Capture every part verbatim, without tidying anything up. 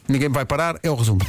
ninguém vai parar, é o resumo.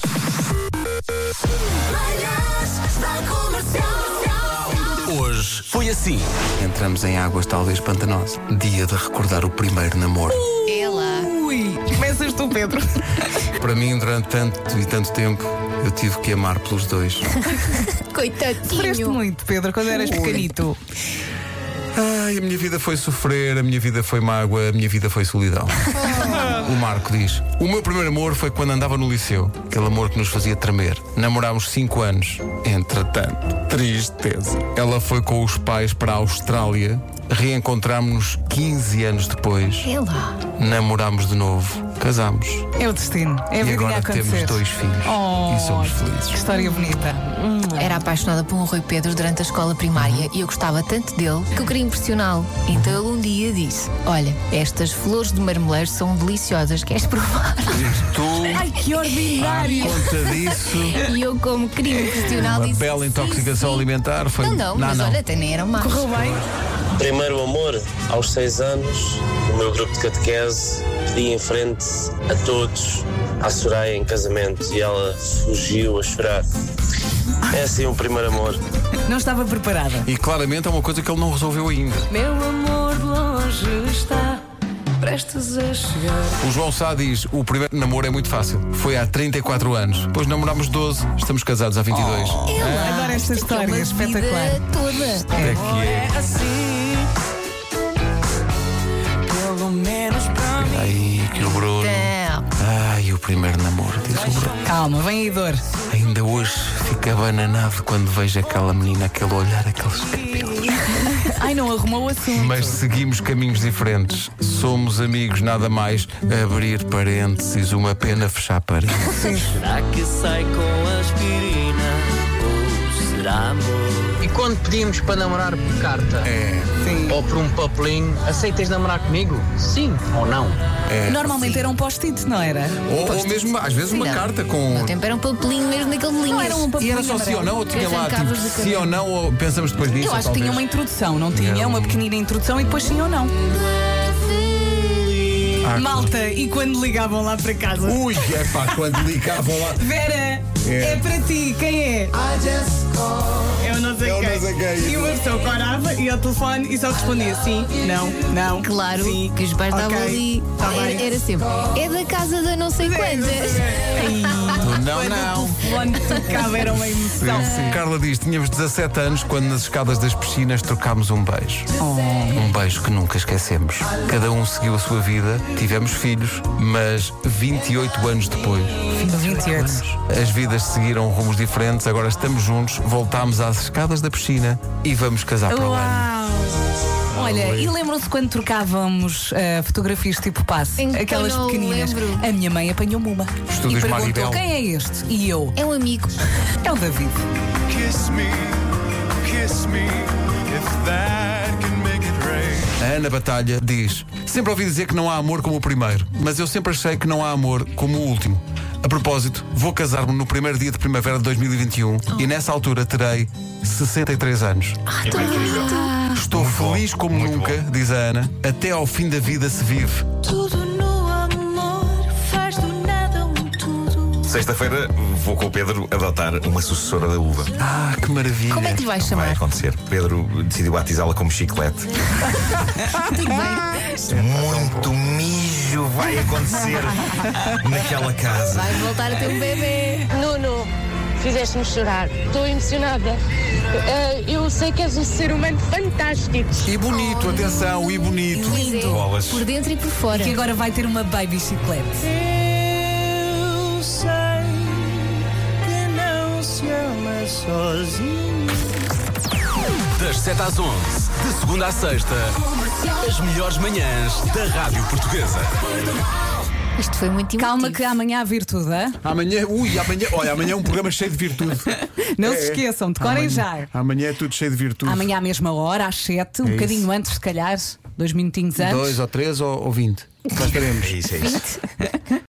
Hoje foi assim. Entramos em águas talvez pantanosas. Dia de recordar o primeiro namoro. É lá. Ui, começas tu, Pedro. Para mim, durante tanto e tanto tempo, eu tive que amar pelos dois. Sofreste Coitadinho. muito, Pedro, quando eras Ui. pequenito. Ai, a minha vida foi sofrer, a minha vida foi mágoa, a minha vida foi solidão. O Marco diz: o meu primeiro amor foi quando andava no liceu. Aquele amor que nos fazia tremer. Namorámos cinco anos. Entretanto, tristeza. Ela foi com os pais para a Austrália. Reencontrámos-nos quinze anos depois. É lá. Namorámos de novo. Casámos. É o destino. É a E vida a agora acontecer. temos dois filhos. Oh, E somos Que felizes. história bonita. Era apaixonada por um Rui Pedro durante a escola primária e eu gostava tanto dele que eu queria impressioná-lo. Então ele um dia disse: olha, estas flores de marmeleiro são deliciosas, queres provar? Tu, Ai, que à ordinário. conta disso, E eu, como queria impressioná-lo, uma disse: bela sim, intoxicação sim. alimentar foi. Não, não, mas olha, até nem eram más. Correu bem? Primeiro amor, aos seis anos, no meu grupo de catequese, pedi em frente a todos à Soraya em casamento e ela fugiu a chorar. É assim o primeiro amor. Não estava preparada. E claramente é uma coisa que ele não resolveu ainda. Meu amor de longe está prestes a chegar. O João Sá diz: o primeiro namoro é muito fácil. Foi há trinta e quatro anos. Depois namorámos doze, estamos casados há vinte e dois. É lá. Adoro esta Isto aqui história, é uma espetacular. vida toda. É que é. Pelo menos para mim. Ai, que o Bruno. Não. Ai, o primeiro namoro, diz o Bruno. Calma, vem aí dor. Ainda hoje fica bananado quando vejo aquela menina, aquele olhar, aqueles cabelos. Ai, não arrumou o assunto. Mas seguimos caminhos diferentes. Somos amigos, nada mais. Abrir parênteses, uma pena fechar parênteses. Será que sai com aspirina? Ou será amor? E quando pedimos para namorar por carta É, Sim. ou por um papelinho, aceitas namorar comigo? Sim ou não? é. Normalmente era um post-it, não era? Ou, ou mesmo, às vezes, uma Não. carta No com. tempo era um papelinho mesmo daquele de linhas. Não era um E papelinho era só sim ou amarelo. não? Ou tinha Que lá, tipo, arrancavas do sim cabelo. ou não? Ou pensamos depois disso? Eu ou acho que tinha talvez- uma introdução, não tinha? Não. Uma pequenina introdução e depois sim ou não. Ah, Malta, e quando ligavam lá para casa? Ui, é pá, quando ligavam lá. Vera, é para ti, quem é? Eu não sei Eu quem. não sei quem. E uma pessoa corava e ao telefone e só respondia sim, não, não. Claro sim. que os pais estavam Ok, ali. tá era, bem. era sempre. É da casa da não sei quantas. Ai, Tu não, quando não. o telefone tocava era uma emoção. Sim. Carla diz: tínhamos dezassete anos quando nas escadas das piscinas trocámos um beijo. Um beijo que nunca esquecemos. Cada um seguiu a sua vida, tivemos filhos, mas vinte e oito anos depois, vinte e oito. as vidas seguiram rumos diferentes. Agora estamos juntos, voltámos às escadas da piscina e vamos casar para o ano. Uau! Olha, e lembram-se quando trocávamos eh, fotografias tipo passe? Então Aquelas não pequeninas. lembro. A minha mãe apanhou-me uma. Estúdios e perguntou: Maribel. quem é este? E eu: É um amigo. é o David. Kiss me, kiss me, if that can make it rain. A Ana Batalha diz: sempre ouvi dizer que não há amor como o primeiro, mas eu sempre achei que não há amor como o último. A propósito, vou casar-me no primeiro dia de primavera de dois mil e vinte e um e nessa altura terei sessenta e três anos. Estou feliz como nunca, diz a Ana. Até ao fim da vida se vive. Tudo no amor faz do nada um tudo. Sexta-feira vou com o Pedro adotar uma sucessora da uva. Ah, que maravilha. Como é que lhe vais Vai chamar? acontecer. Pedro decidiu batizá-la como chiclete. Tudo bem. Muito mijo vai acontecer naquela casa. Vai voltar a ter um bebê. Nuno, fizeste-me chorar. Estou emocionada. Eh, eu sei que és um ser humano fantástico. E bonito, atenção, e bonito. Lindo. Bolas. Por dentro e por fora. Que agora vai ter uma baby chiclete. Eu sei que não se ama sozinho. Das sete às onze, de segunda à sexta, as melhores manhãs da Rádio Portuguesa. Isto foi muito emotivo. Calma que amanhã há virtude, hein? Amanhã, ui, amanhã, olha, amanhã é um programa cheio de virtude. Não É, se é. esqueçam, decorem Amanhã- já. Amanhã é tudo cheio de virtude. Amanhã à mesma hora, às sete, um É bocadinho isso. antes, se calhar, dois minutinhos antes. Dois ou três ou, ou vinte. Lá estaremos. É isso, é isso.